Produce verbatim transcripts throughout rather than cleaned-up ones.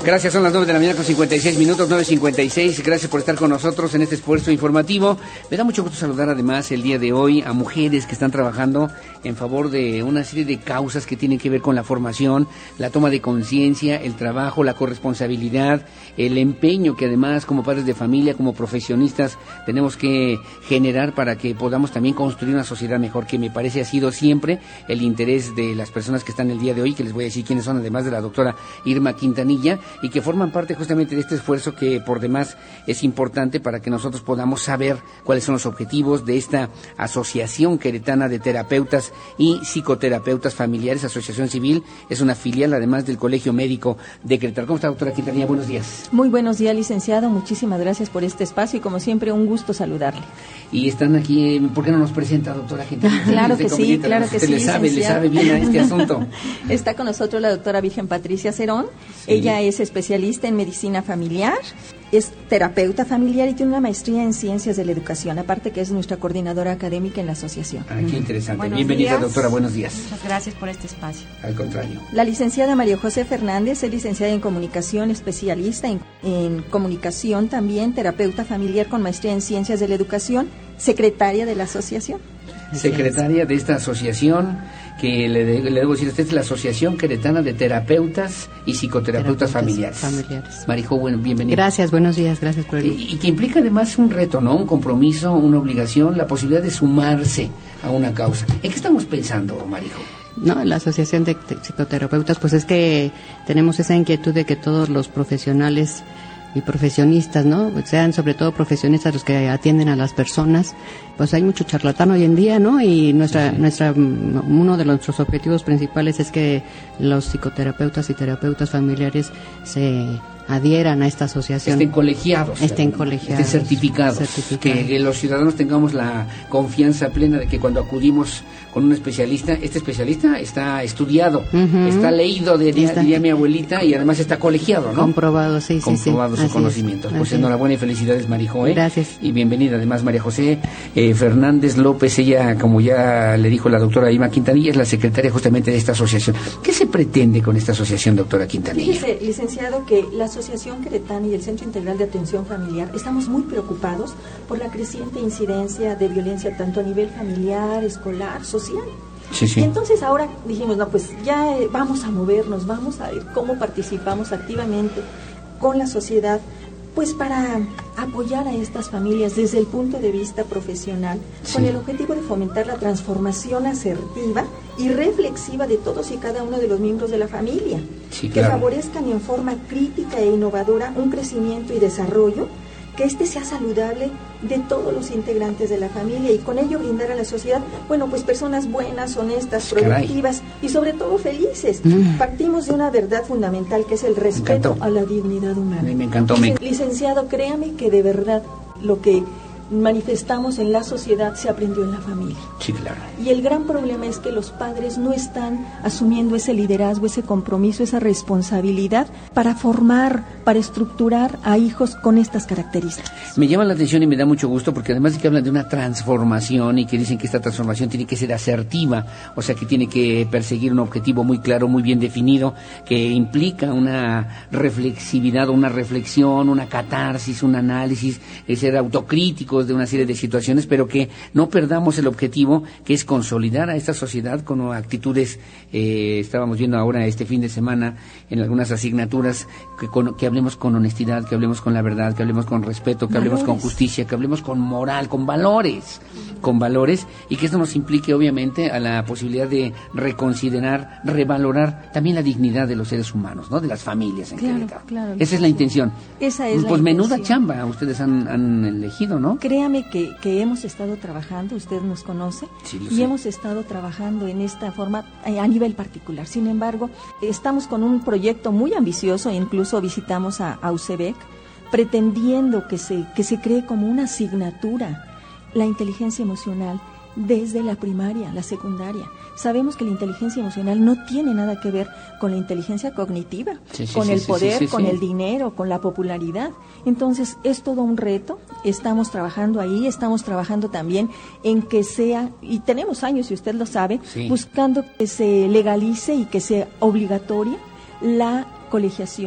Gracias, son las nueve de la mañana con cincuenta y seis minutos, nueve cincuenta y seis. Gracias por estar con nosotros en este esfuerzo informativo. Me da mucho gusto saludar además el día de hoy a mujeres que están trabajando en favor de una serie de causas que tienen que ver con la formación, la toma de conciencia, el trabajo, la corresponsabilidad, el empeño que además como padres de familia, como profesionistas tenemos que generar para que podamos también construir una sociedad mejor, que me parece ha sido siempre el interés de las personas que están el día de hoy, que les voy a decir quiénes son, además de la doctora Irma Quintanilla, y que forman parte justamente de este esfuerzo que por demás es importante para que nosotros podamos saber cuáles son los objetivos de esta Asociación Queretana de Terapeutas y Psicoterapeutas Familiares, asociación civil, es una filial además del Colegio Médico de Querétaro. ¿Cómo está, doctora Quintanilla? Buenos días. Muy buenos días, licenciado, muchísimas gracias por este espacio y como siempre un gusto saludarle. Y están aquí, ¿por qué no nos presenta, doctora Quintanilla? Claro que sí, claro que sí, le sabe, le sabe bien a este asunto. Está con nosotros la doctora Virgen Patricia Cerón, sí. Ella es especialista en medicina familiar, es terapeuta familiar y tiene una maestría en ciencias de la educación, aparte que es nuestra coordinadora académica en la asociación. Ah, qué interesante. Buenos Bienvenida, días. Doctora, buenos días. Muchas gracias por este espacio. Al contrario. La licenciada María José Fernández es licenciada en comunicación, especialista en, en comunicación también, terapeuta familiar con maestría en ciencias de la educación, secretaria de la asociación. Secretaria de esta asociación, que le, de, le debo decir a usted, es la Asociación Queretana de Terapeutas y Psicoterapeutas Familiares. familiares. Marijo, bueno, bienvenida. Gracias, buenos días, gracias por el... Y, y que implica además un reto, ¿no? Un compromiso, una obligación, la posibilidad de sumarse a una causa. ¿En qué estamos pensando, Marijo? No, la Asociación de Psicoterapeutas, pues es que tenemos esa inquietud de que todos los profesionales y profesionistas, ¿no? Sean sobre todo profesionistas los que atienden a las personas, pues hay mucho charlatán hoy en día, ¿no? Y nuestra, sí. nuestra, uno de nuestros objetivos principales es que los psicoterapeutas y terapeutas familiares se adhieran a esta asociación. Estén colegiados. Estén colegiados. Estén certificados. certificados. Que, que los ciudadanos tengamos la confianza plena de que cuando acudimos con un especialista, este especialista está estudiado, uh-huh. está leído, diría, está. diría mi abuelita, y además está colegiado, ¿no? Comprobado, sí, sí, Comprobado sí. sus conocimientos. Pues enhorabuena y felicidades, Marijo, ¿eh? Gracias. Y bienvenida además María José eh, Fernández López, ella, como ya le dijo la doctora Irma Quintanilla, es la secretaria justamente de esta asociación. ¿Qué se pretende con esta asociación, doctora Quintanilla? Fíjese, licenciado, que la Asociación Queretana y el Centro Integral de Atención Familiar estamos muy preocupados por la creciente incidencia de violencia tanto a nivel familiar, escolar, social. Sí, sí. Y entonces ahora dijimos, no, pues ya eh, vamos a movernos, vamos a ver cómo participamos activamente con la sociedad, pues para apoyar a estas familias desde el punto de vista profesional, sí. con el objetivo de fomentar la transformación asertiva y reflexiva de todos y cada uno de los miembros de la familia, sí, que claro. favorezcan en forma crítica e innovadora un crecimiento y desarrollo, que este sea saludable de todos los integrantes de la familia y con ello brindar a la sociedad, bueno, pues personas buenas, honestas, productivas Caray. y sobre todo felices. Mm. Partimos de una verdad fundamental que es el respeto a la dignidad humana. A mí me encantó. Licen- licenciado, créame que de verdad lo que manifestamos en la sociedad se aprendió en la familia. Sí, claro. Y el gran problema es que los padres no están asumiendo ese liderazgo, ese compromiso, esa responsabilidad para formar, para estructurar a hijos con estas características. Me llama la atención y me da mucho gusto porque además de que hablan de una transformación y que dicen que esta transformación tiene que ser asertiva, o sea que tiene que perseguir un objetivo muy claro, muy bien definido, que implica una reflexividad, una reflexión, una catarsis, un análisis, es ser autocríticos de una serie de situaciones, pero que no perdamos el objetivo, que es consolidar a esta sociedad con actitudes, eh, estábamos viendo ahora este fin de semana en algunas asignaturas, que, con, que hablemos con honestidad, que hablemos con la verdad, que hablemos con respeto, que valores. hablemos con justicia, que hablemos con moral, con valores, con valores, y que esto nos implique obviamente a la posibilidad de reconsiderar, revalorar también la dignidad de los seres humanos, ¿no? De las familias en Claro, Querétaro. claro. Esa es la intención. Esa es pues la menuda intención. chamba ustedes han, han elegido, ¿no? Créame que, que hemos estado trabajando, usted nos conoce, Sí, lo y sé. hemos estado trabajando en esta forma eh, a nivel particular. Sin embargo, estamos con un proyecto muy ambicioso, e incluso visitamos a, a U C B E C, pretendiendo que se, que se cree como una asignatura la inteligencia emocional desde la primaria, la secundaria. Sabemos que la inteligencia emocional no tiene nada que ver con la inteligencia cognitiva, Sí, sí, con sí, el sí, poder, sí, sí, con sí. el dinero, con la popularidad. Entonces, es todo un reto. Estamos trabajando ahí, estamos trabajando también en que sea, y tenemos años, y usted lo sabe, Sí. buscando que se legalice y que sea obligatoria la colegiación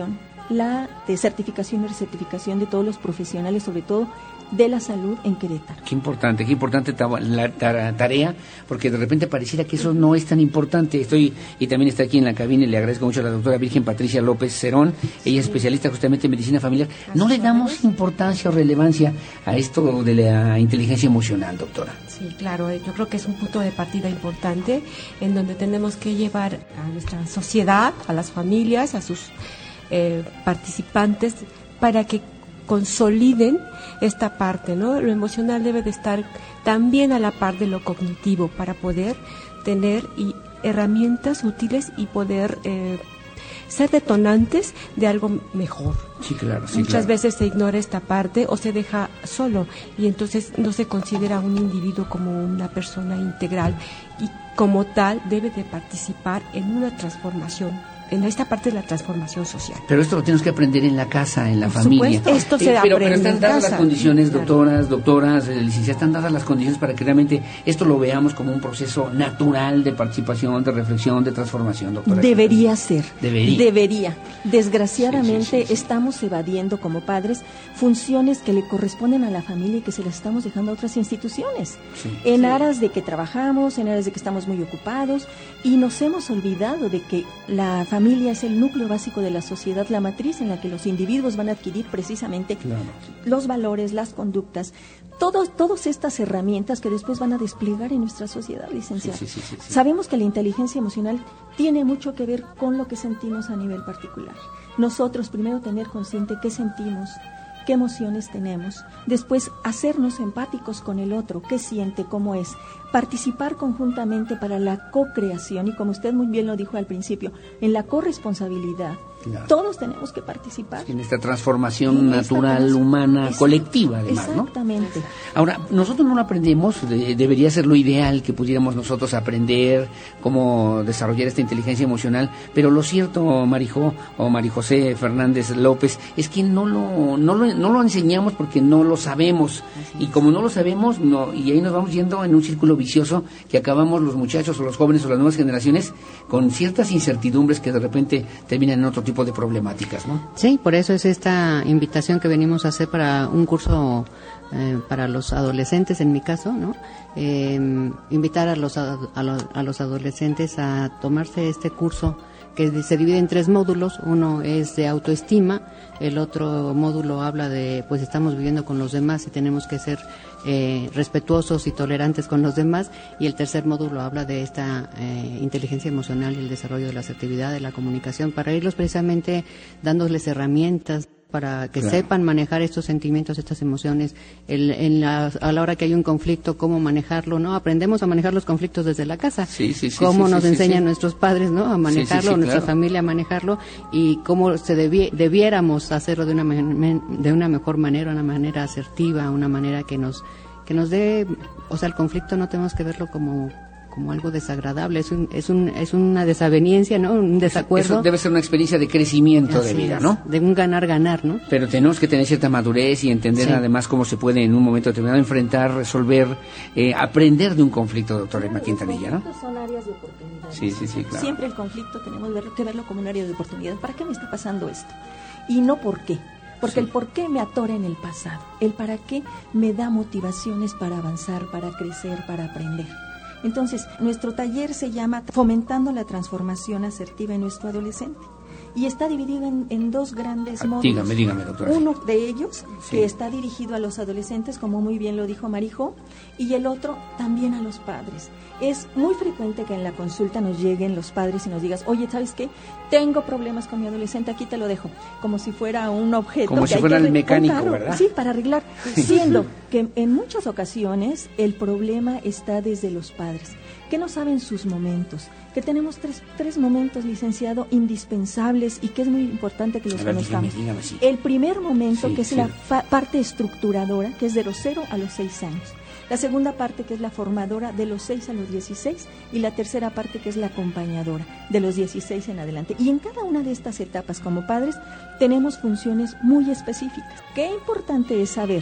la de certificación y recertificación de todos los profesionales, sobre todo de la salud en Querétaro. Qué importante, qué importante ta- la ta- tarea, porque de repente pareciera que eso no es tan importante. Estoy, y también está aquí en la cabina, y le agradezco mucho a la doctora Virgen Patricia López Cerón, ella es especialista justamente en medicina familiar. ¿No le damos importancia o relevancia a esto de la inteligencia emocional, doctora? Sí, claro, yo creo que es un punto de partida importante en donde tenemos que llevar a nuestra sociedad, a las familias, a sus eh, participantes, para que consoliden esta parte, ¿no? Lo emocional debe de estar también a la par de lo cognitivo para poder tener y herramientas útiles y poder eh, ser detonantes de algo mejor. Sí, claro, sí, Muchas claro. veces se ignora esta parte o se deja solo y entonces no se considera un individuo como una persona integral y como tal debe de participar en una transformación, en esta parte de la transformación social. Pero esto lo tenemos que aprender en la casa, en la Por familia. supuesto, esto se pero, pero aprende están en dadas casa. las condiciones, Claro. doctoras, doctoras, eh, licenciadas, están dadas las condiciones para que realmente esto lo veamos como un proceso natural de participación, de reflexión, de transformación, doctora. Debería ser. Debería. Debería. Desgraciadamente Sí, sí, sí, sí. estamos evadiendo como padres funciones que le corresponden a la familia y que se las estamos dejando a otras instituciones. Sí. En Sí. aras de que trabajamos, en aras de que estamos muy ocupados y nos hemos olvidado de que la familia es el núcleo básico de la sociedad, la matriz en la que los individuos van a adquirir precisamente Claro. los valores, las conductas, todos, todas estas herramientas que después van a desplegar en nuestra sociedad, licenciado. Sí, sí, sí, sí, sí. Sabemos que la inteligencia emocional tiene mucho que ver con lo que sentimos a nivel particular. Nosotros primero tener consciente qué sentimos, qué emociones tenemos, después hacernos empáticos con el otro, qué siente, cómo es, participar conjuntamente para la co-creación y como usted muy bien lo dijo al principio, en la corresponsabilidad. Claro. Todos tenemos que participar. En esta transformación En esta natural, trans- humana, Exacto, colectiva, además, ¿no? Exactamente. Ahora, nosotros no lo aprendemos, de- debería ser lo ideal que pudiéramos nosotros aprender cómo desarrollar esta inteligencia emocional, pero lo cierto, Marijó o Marijosé Fernández López, es que no lo, no lo, no lo enseñamos porque no lo sabemos, y como no lo sabemos, no, y ahí nos vamos yendo en un círculo vicioso que acabamos los muchachos o los jóvenes o las nuevas generaciones con ciertas incertidumbres que de repente terminan en otro tipo de problemáticas, ¿no? Sí, por eso es esta invitación que venimos a hacer para un curso eh, para los adolescentes, en mi caso, ¿no? Eh, invitar a los, a, a los a los adolescentes a tomarse este curso que se divide en tres módulos. Uno es de autoestima, el otro módulo habla de, pues estamos viviendo con los demás y tenemos que ser eh, respetuosos y tolerantes con los demás, y el tercer módulo habla de esta eh, inteligencia emocional y el desarrollo de la asertividad, de la comunicación, para irlos precisamente dándoles herramientas para que Claro. sepan manejar estos sentimientos, estas emociones, el, en la, a la hora que hay un conflicto, cómo manejarlo, ¿no? Aprendemos a manejar los conflictos desde la casa, Sí, sí, sí, cómo sí, nos sí, sí, enseñan sí. nuestros padres, ¿no? A manejarlo, Sí, sí, sí, nuestra claro. familia a manejarlo, y cómo se debie- debiéramos hacerlo de una, me- me- de una mejor manera, una manera asertiva, una manera que nos que nos dé, o sea, el conflicto no tenemos que verlo como como algo desagradable, es un, es un, es una desaveniencia, ¿no? Un desacuerdo. Eso debe ser una experiencia de crecimiento de Así vida, es, ¿no? de un ganar-ganar, ¿no? Pero tenemos que tener cierta madurez y entender Sí. además cómo se puede en un momento determinado enfrentar, resolver, eh, aprender de un conflicto, doctora Emma Quintanilla, ¿no? Los conflictos son áreas de oportunidad. Sí, sí, sí, claro. Siempre el conflicto tenemos verlo- que verlo como un área de oportunidad. ¿Para qué me está pasando esto? Y no por qué. Porque Sí. el por qué me atora en el pasado. El para qué me da motivaciones para avanzar, para crecer, para aprender. Entonces, nuestro taller se llama Fomentando la Transformación Asertiva en nuestro adolescente. Y está dividido en, en dos grandes Ah, módulos. dígame, dígame, doctora. Uno de ellos, Sí. que está dirigido a los adolescentes, como muy bien lo dijo Marijó, y el otro también a los padres. Es muy frecuente que en la consulta nos lleguen los padres y nos digas, oye, ¿sabes qué? Tengo problemas con mi adolescente, aquí te lo dejo. Como si fuera un objeto. Como que si hay fuera que el re- mecánico, un carro, ¿verdad? Sí, para arreglar. Siendo que en muchas ocasiones el problema está desde los padres, que no saben sus momentos, que tenemos tres, tres momentos, licenciado, indispensables y que es muy importante que los A ver, dígame, conozcamos. dígame, sí. El primer momento, Sí, que es sí. la fa- parte estructuradora, que es de los cero a los seis años. La segunda parte, que es la formadora, de los seis a los dieciséis. Y la tercera parte, que es la acompañadora, de los dieciséis en adelante. Y en cada una de estas etapas, como padres, tenemos funciones muy específicas. Qué importante es saber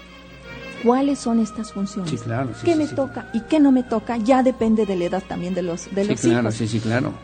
cuáles son estas funciones. Sí, claro, sí, qué sí, me sí. toca y qué no me toca, ya depende de la edad también de los, de Sí, los claro, hijos. sí, sí, claro.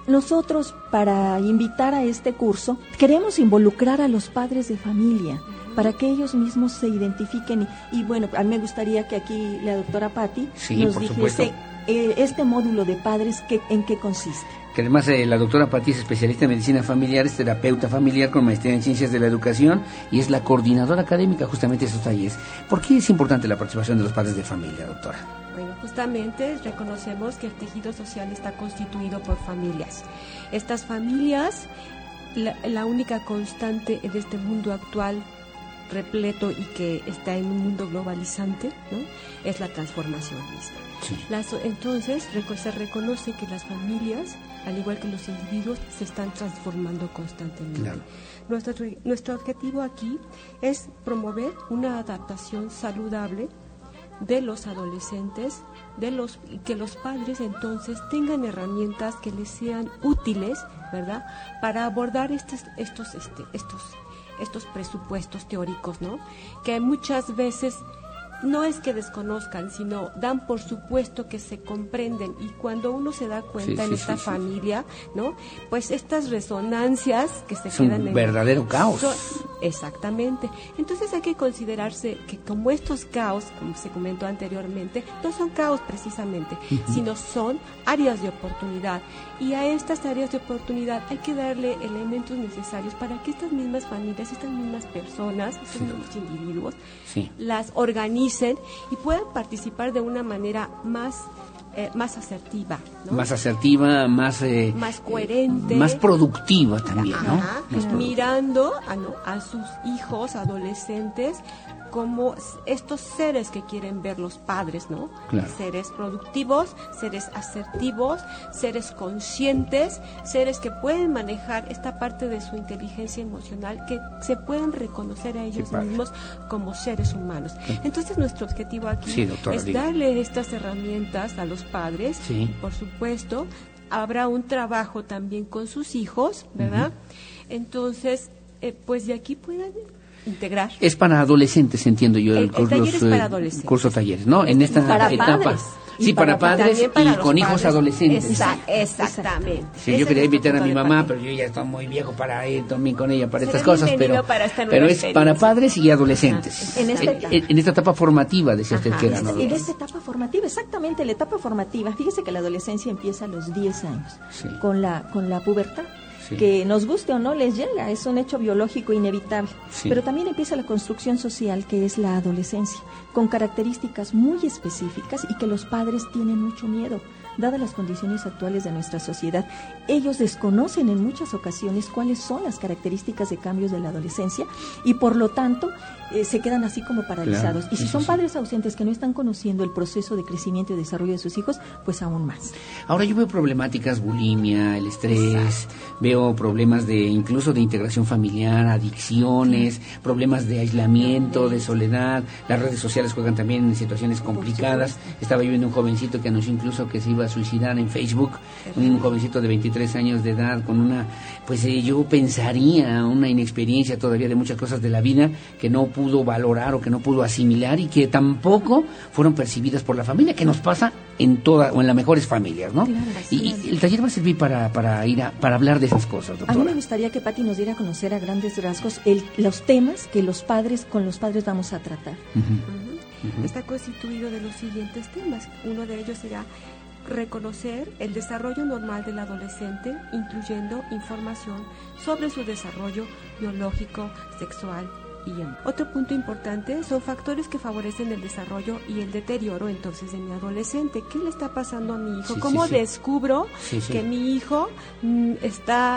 nosotros, para invitar a este curso, queremos involucrar a los padres de familia para que ellos mismos se identifiquen. Y, y bueno, a mí me gustaría que aquí la doctora Patti sí, nos dijese eh, este módulo de padres, que, ¿en qué consiste? Que además eh, la doctora Patti es especialista en medicina familiar, es terapeuta familiar con maestría en ciencias de la educación y es la coordinadora académica justamente de estos talleres. ¿Por qué es importante la participación de los padres de familia, doctora? Bueno, justamente reconocemos que el tejido social está constituido por familias. Estas familias, la, la única constante en este mundo actual repleto y que está en un mundo globalizante, ¿no?, es la transformación misma. Sí. Las, entonces se reconoce que las familias, al igual que los individuos, se están transformando constantemente. Claro. Nuestro, nuestro objetivo aquí es promover una adaptación saludable de los adolescentes, de los que los padres entonces tengan herramientas que les sean útiles, ¿verdad?, para abordar estos estos este, estos estos presupuestos teóricos, ¿no?, que muchas veces no es que desconozcan, sino dan por supuesto que se comprenden, y cuando uno se da cuenta sí, en sí, esta sí, familia, sí. ¿no?, pues estas resonancias que se es quedan un en verdadero caos. Son, exactamente. Entonces hay que considerarse que como estos caos, como se comentó anteriormente, no son caos precisamente, uh-huh. sino son áreas de oportunidad, y a estas áreas de oportunidad hay que darle elementos necesarios para que estas mismas familias, estas mismas personas, estos sí. mismos individuos, sí. las organicen y puedan participar de una manera más eh, más asertiva, ¿no? Más asertiva, más eh, más coherente, eh, más productiva también, ¿no? Ajá, mirando a, ¿no?, a sus hijos adolescentes como estos seres que quieren ver los padres, ¿no? Claro. Seres productivos, seres asertivos, seres conscientes, seres que pueden manejar esta parte de su inteligencia emocional, que se pueden reconocer a ellos mismos como seres humanos. Sí. Entonces nuestro objetivo aquí sí, doctora, es diga. darle estas herramientas a los padres, sí. y por supuesto habrá un trabajo también con sus hijos, ¿verdad? Uh-huh. Entonces, eh, pues de aquí puedan integrar. Es para adolescentes, entiendo yo, el, el, el taller es para adolescentes. Curso talleres, ¿no? En esta para etapa. Padres. Sí, para, para padres para y con hijos padres. adolescentes. Exact, exactamente. Sí, yo Ese quería invitar a mi mamá, pero yo ya estoy muy viejo para ir también con ella para Será estas cosas, pero para pero es para padres y adolescentes. En esta, en, en esta etapa formativa, decía usted que era, ¿no? En esta etapa formativa, exactamente, la etapa formativa. Fíjese que la adolescencia empieza a los diez años, sí. con la con la pubertad. Sí. Que nos guste o no les llega, es un hecho biológico inevitable. Sí. Pero también empieza la construcción social, que es la adolescencia, con características muy específicas y que los padres tienen mucho miedo, dadas las condiciones actuales de nuestra sociedad. Ellos desconocen en muchas ocasiones cuáles son las características de cambios de la adolescencia y por lo tanto eh, se quedan así como paralizados. Claro, y si son sí. padres ausentes que no están conociendo el proceso de crecimiento y desarrollo de sus hijos, pues aún más. Ahora yo veo problemáticas, bulimia, el estrés, Exacto. veo problemas de incluso de integración familiar, adicciones, sí. problemas de aislamiento, de soledad. Las redes sociales juegan también en situaciones complicadas. Estaba yo viendo un jovencito que anunció incluso que se iba a suicidar en Facebook, un jovencito de veintitrés años de edad con una, pues eh, yo pensaría una inexperiencia todavía de muchas cosas de la vida que no pudo valorar o que no pudo asimilar y que tampoco fueron percibidas por la familia, que nos pasa en todas o en las mejores familias, ¿no? Claro, y, y el taller va a servir para para ir a, para hablar de esas cosas, doctora. A mí me gustaría que Patti nos diera a conocer a grandes rasgos el, los temas que los padres con los padres vamos a tratar. Uh-huh. Uh-huh. Uh-huh. Está constituido de los siguientes temas. Uno de ellos será reconocer el desarrollo normal del adolescente, incluyendo información sobre su desarrollo biológico, sexual y emocional. Otro punto importante son factores que favorecen el desarrollo y el deterioro entonces de mi adolescente. ¿Qué le está pasando a mi hijo? Sí, ¿Cómo sí, sí. descubro sí, sí. que mi hijo mm, está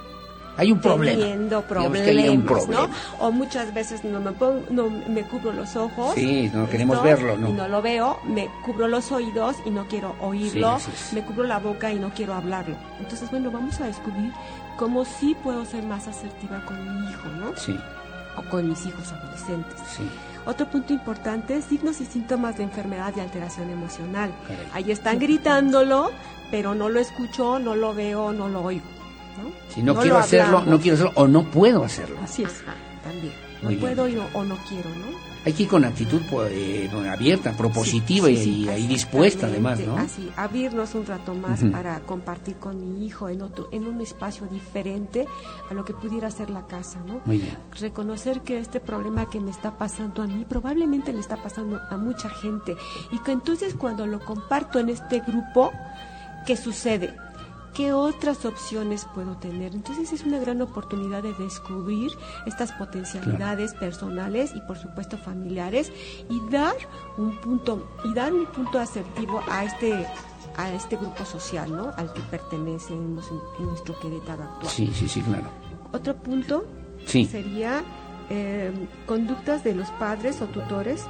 hay un problema. teniendo problemas, que hay un problema. ¿no? O muchas veces no me pongo, no me cubro los ojos. Sí, no queremos esto, verlo, ¿no? Y no lo veo, me cubro los oídos y no quiero oírlo, sí, sí, sí. me cubro la boca y no quiero hablarlo. Entonces, bueno, vamos a descubrir cómo sí puedo ser más asertiva con mi hijo, ¿no? Sí. O con mis hijos adolescentes. Sí. Otro punto importante, signos y síntomas de enfermedad y alteración emocional. Caray. Ahí están gritándolo, pero no lo escucho, no lo veo, no lo oigo. ¿no? Si no, no quiero hacerlo, no quiero hacerlo o no puedo hacerlo. Así es. Ajá, también. No Muy puedo y no, o no quiero, ¿no? Hay que ir con actitud pues, eh, abierta, propositiva sí, sí, sí, y, y dispuesta además, ¿no? Así, abrirnos un rato más uh-huh. para compartir con mi hijo en otro, en un espacio diferente a lo que pudiera ser la casa, ¿no? Muy bien. Reconocer que este problema que me está pasando a mí probablemente le está pasando a mucha gente y que entonces cuando lo comparto en este grupo, ¿qué sucede? ¿Qué otras opciones puedo tener? Entonces es una gran oportunidad de descubrir estas potencialidades claro. personales y por supuesto familiares y dar un punto y dar un punto asertivo a este a este grupo social, ¿no? Al que pertenecemos en, en nuestro Querétaro actual. Sí, sí, sí, claro. Otro punto sí. sería eh, conductas de los padres o tutores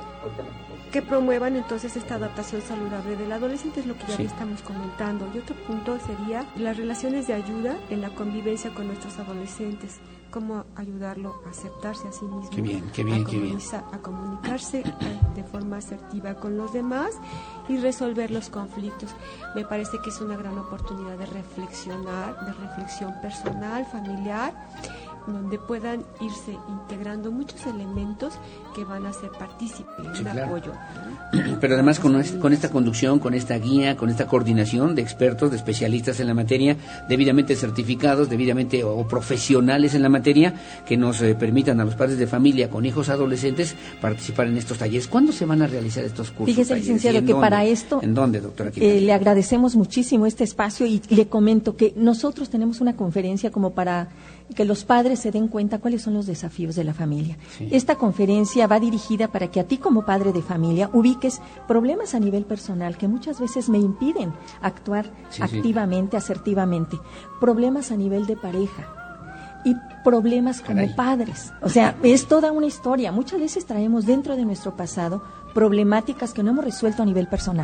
que promuevan entonces esta adaptación saludable del adolescente, es lo que ya sí. estamos comentando. Y otro punto sería las relaciones de ayuda en la convivencia con nuestros adolescentes, cómo ayudarlo a aceptarse a sí mismo, qué bien, qué bien, a, qué bien. a comunicarse de forma asertiva con los demás y resolver los conflictos. Me parece que es una gran oportunidad de reflexionar, de reflexión personal, familiar, donde puedan irse integrando muchos elementos que van a ser partícipes sí, de claro. apoyo. Pero además con, es, con esta conducción, con esta guía, con esta coordinación de expertos, de especialistas en la materia, debidamente certificados, debidamente o, o profesionales en la materia, que nos eh, permitan a los padres de familia con hijos adolescentes participar en estos talleres. ¿Cuándo se van a realizar estos cursos? Fíjese, licenciado, que dónde? para esto... ¿En dónde, doctora? Eh, le agradecemos muchísimo este espacio y le comento que nosotros tenemos una conferencia como para que los padres se den cuenta cuáles son los desafíos de la familia. Sí. Esta conferencia va dirigida para que a ti como padre de familia ubiques problemas a nivel personal que muchas veces me impiden actuar sí, activamente, sí. asertivamente, problemas a nivel de pareja y problemas como Caray. padres. O sea, es toda una historia. Muchas veces traemos dentro de nuestro pasado problemáticas que no hemos resuelto a nivel personal,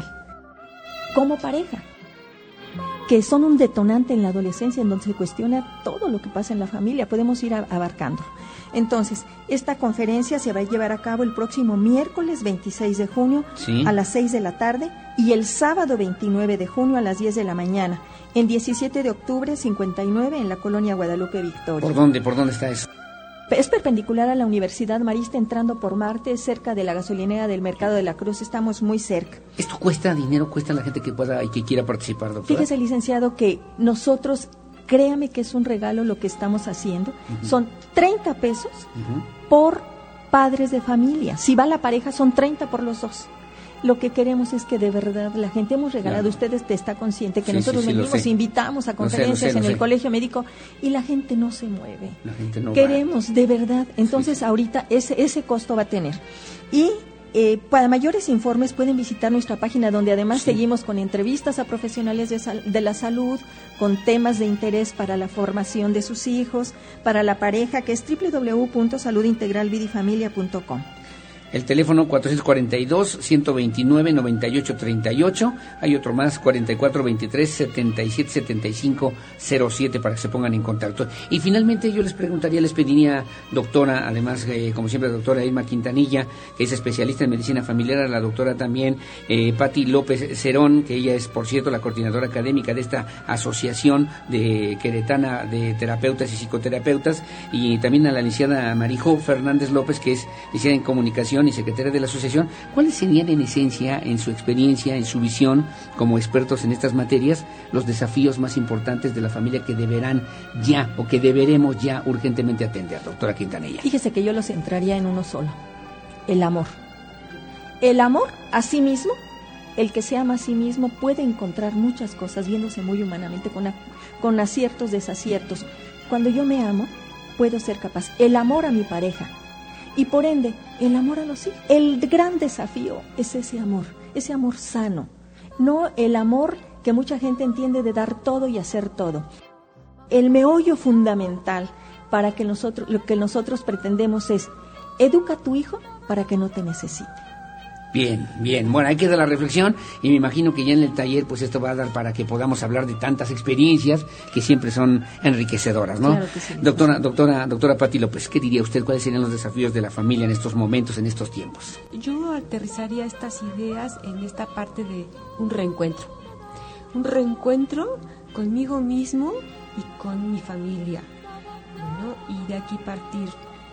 como pareja, que son un detonante en la adolescencia en donde se cuestiona todo lo que pasa en la familia, podemos ir a, abarcando. Entonces, esta conferencia se va a llevar a cabo el próximo miércoles veintiséis de junio ¿Sí? a las seis de la tarde y el sábado veintinueve de junio a las diez de la mañana, en diecisiete de octubre cincuenta y nueve en la colonia Guadalupe Victoria. ¿Por dónde? ¿Por dónde está eso? Es perpendicular a la Universidad Marista, entrando por Marte, cerca de la gasolinera del Mercado de la Cruz. Estamos muy cerca. ¿Esto cuesta dinero? ¿Cuesta a la gente que pueda y que quiera participar, doctora? Fíjese, licenciado, que nosotros, créame que es un regalo lo que estamos haciendo. Uh-huh. Son treinta pesos uh-huh. por padres de familia. Si va la pareja, son treinta por los dos. Lo que queremos es que de verdad la gente hemos regalado, claro. Ustedes está consciente que sí, nosotros sí, sí, venimos, invitamos a conferencias lo sé, lo sé, lo en el sé. colegio médico y la gente no se mueve. La gente no Queremos, va. de verdad. Entonces sí, sí. ahorita ese, ese costo va a tener. Y eh, para mayores informes pueden visitar nuestra página, donde además sí. seguimos con entrevistas a profesionales de, sal, de la salud, con temas de interés para la formación de sus hijos, para la pareja, que es doble u doble u doble u punto salud integral vida y familia punto com. El teléfono cuatrocientos cuarenta y dos, ciento veintinueve, noventa y ocho treinta y ocho. Hay otro más, cuarenta y cuatro veintitrés, setenta y siete setenta y cinco cero siete, para que se pongan en contacto. Y finalmente yo les preguntaría, les pediría, doctora, además, eh, como siempre, doctora Irma Quintanilla, que es especialista en medicina familiar, a la doctora también eh, Pati López Cerón, que ella es, por cierto, la coordinadora académica de esta asociación de queretana de terapeutas y psicoterapeutas, y también a la licenciada Marijo Fernández López, que es licenciada en comunicación y secretaria de la asociación. ¿Cuáles serían en esencia, en su experiencia, en su visión como expertos en estas materias, los desafíos más importantes de la familia que deberán ya o que deberemos ya urgentemente atender, doctora Quintanilla? Fíjese que yo los centraría en uno solo: el amor. El amor a sí mismo. El que se ama a sí mismo puede encontrar muchas cosas viéndose muy humanamente, con, a, con aciertos, desaciertos. Cuando yo me amo, puedo ser capaz. El amor a mi pareja. Y por ende, el amor a los hijos. El gran desafío es ese amor, ese amor sano. No el amor que mucha gente entiende de dar todo y hacer todo. El meollo fundamental para que nosotros, lo que nosotros pretendemos es: educa a tu hijo para que no te necesite. Bien, bien. Bueno, ahí queda la reflexión y me imagino que ya en el taller pues esto va a dar para que podamos hablar de tantas experiencias que siempre son enriquecedoras, ¿no? Claro que sí. Doctora, doctora, doctora Pati López, ¿qué diría usted? ¿Cuáles serían los desafíos de la familia en estos momentos, en estos tiempos? Yo aterrizaría estas ideas en esta parte de un reencuentro. Un reencuentro conmigo mismo y con mi familia, ¿no? Y de aquí partir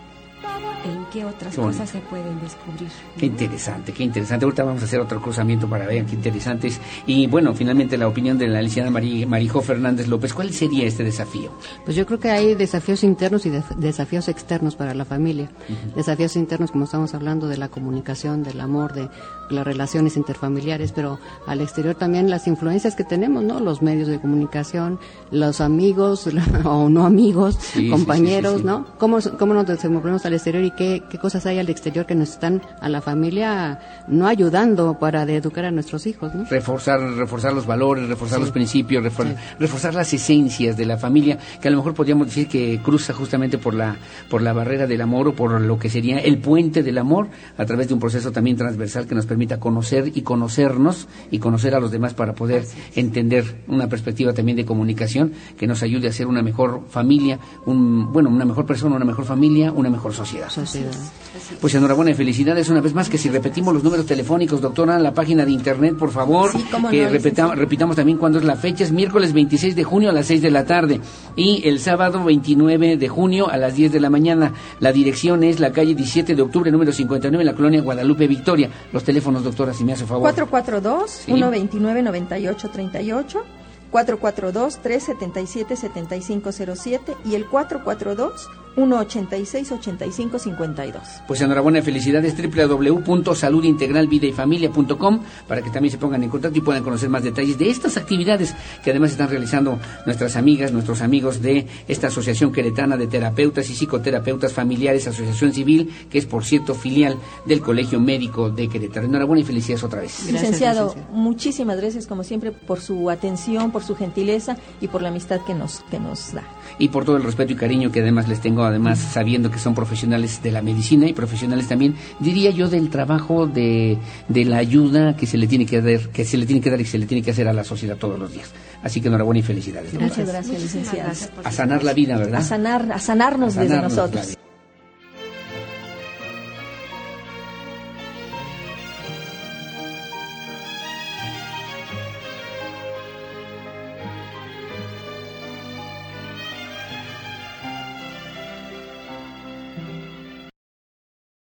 en qué otras Qué cosas se pueden descubrir. Qué interesante, qué interesante. Ahorita vamos a hacer otro cruzamiento para ver qué interesantes. Y bueno, finalmente la opinión de la licenciada Mari, Marijó Fernández López. ¿Cuál sería este desafío? Pues yo creo que hay desafíos internos y de, desafíos externos para la familia. Uh-huh. Desafíos internos, como estamos hablando, de la comunicación, del amor, de las relaciones interfamiliares, pero al exterior también las influencias que tenemos, ¿no? Los medios de comunicación, los amigos o no amigos, sí, compañeros, sí, sí, sí, sí. ¿no? ¿Cómo, cómo nos desenvolvemos al exterior y qué, qué cosas hay al exterior que nos están a la familia no ayudando para de educar a nuestros hijos, ¿no? Reforzar, reforzar los valores, reforzar sí. los principios, refor- sí. reforzar las esencias de la familia, que a lo mejor podríamos decir que cruza justamente por la, por la barrera del amor o por lo que sería el puente del amor, a través de un proceso también transversal que nos permita conocer y conocernos y conocer a los demás para poder entender una perspectiva también de comunicación que nos ayude a ser una mejor familia, un, bueno, una mejor persona, una mejor familia, una mejor sociedad. sociedad. Pues enhorabuena y felicidades una vez más, que si repetimos los números telefónicos, doctora, la página de internet, por favor, sí, que no, repetamos, repitamos también cuándo es la fecha, es miércoles veintiséis de junio a las seis de la tarde y el sábado veintinueve de junio a las diez de la mañana. La dirección es la calle diecisiete de octubre, número cincuenta y nueve, en la colonia Guadalupe Victoria. Los teléfonos, doctora, si me hace favor. cuatro cuatro dos, uno dos nueve, nueve ocho tres ocho, cuatro cuatro dos, tres siete siete, siete cinco cero siete y el cuatro cuatro dos, uno ocho seis, ocho cinco cinco dos. Pues enhorabuena y felicidades, doble u doble u doble u punto salud integral vida y familia punto com, para que también se pongan en contacto y puedan conocer más detalles de estas actividades que además están realizando nuestras amigas, nuestros amigos de esta Asociación Queretana de Terapeutas y Psicoterapeutas Familiares, Asociación Civil, que es por cierto filial del Colegio Médico de Querétaro. Enhorabuena y felicidades otra vez. Gracias, licenciado, licenciado, muchísimas gracias como siempre por su atención, por su gentileza y por la amistad que nos, que nos da. Y por todo el respeto y cariño que además les tengo, además sabiendo que son profesionales de la medicina y profesionales también, diría yo, del trabajo de, de la ayuda que se le tiene que dar, que se le tiene que dar y se le tiene que hacer a la sociedad todos los días. Así que enhorabuena y felicidades. Muchas gracias, licenciado. A sanar la vida, ¿verdad? A sanar, a sanarnos, a sanarnos desde nosotros.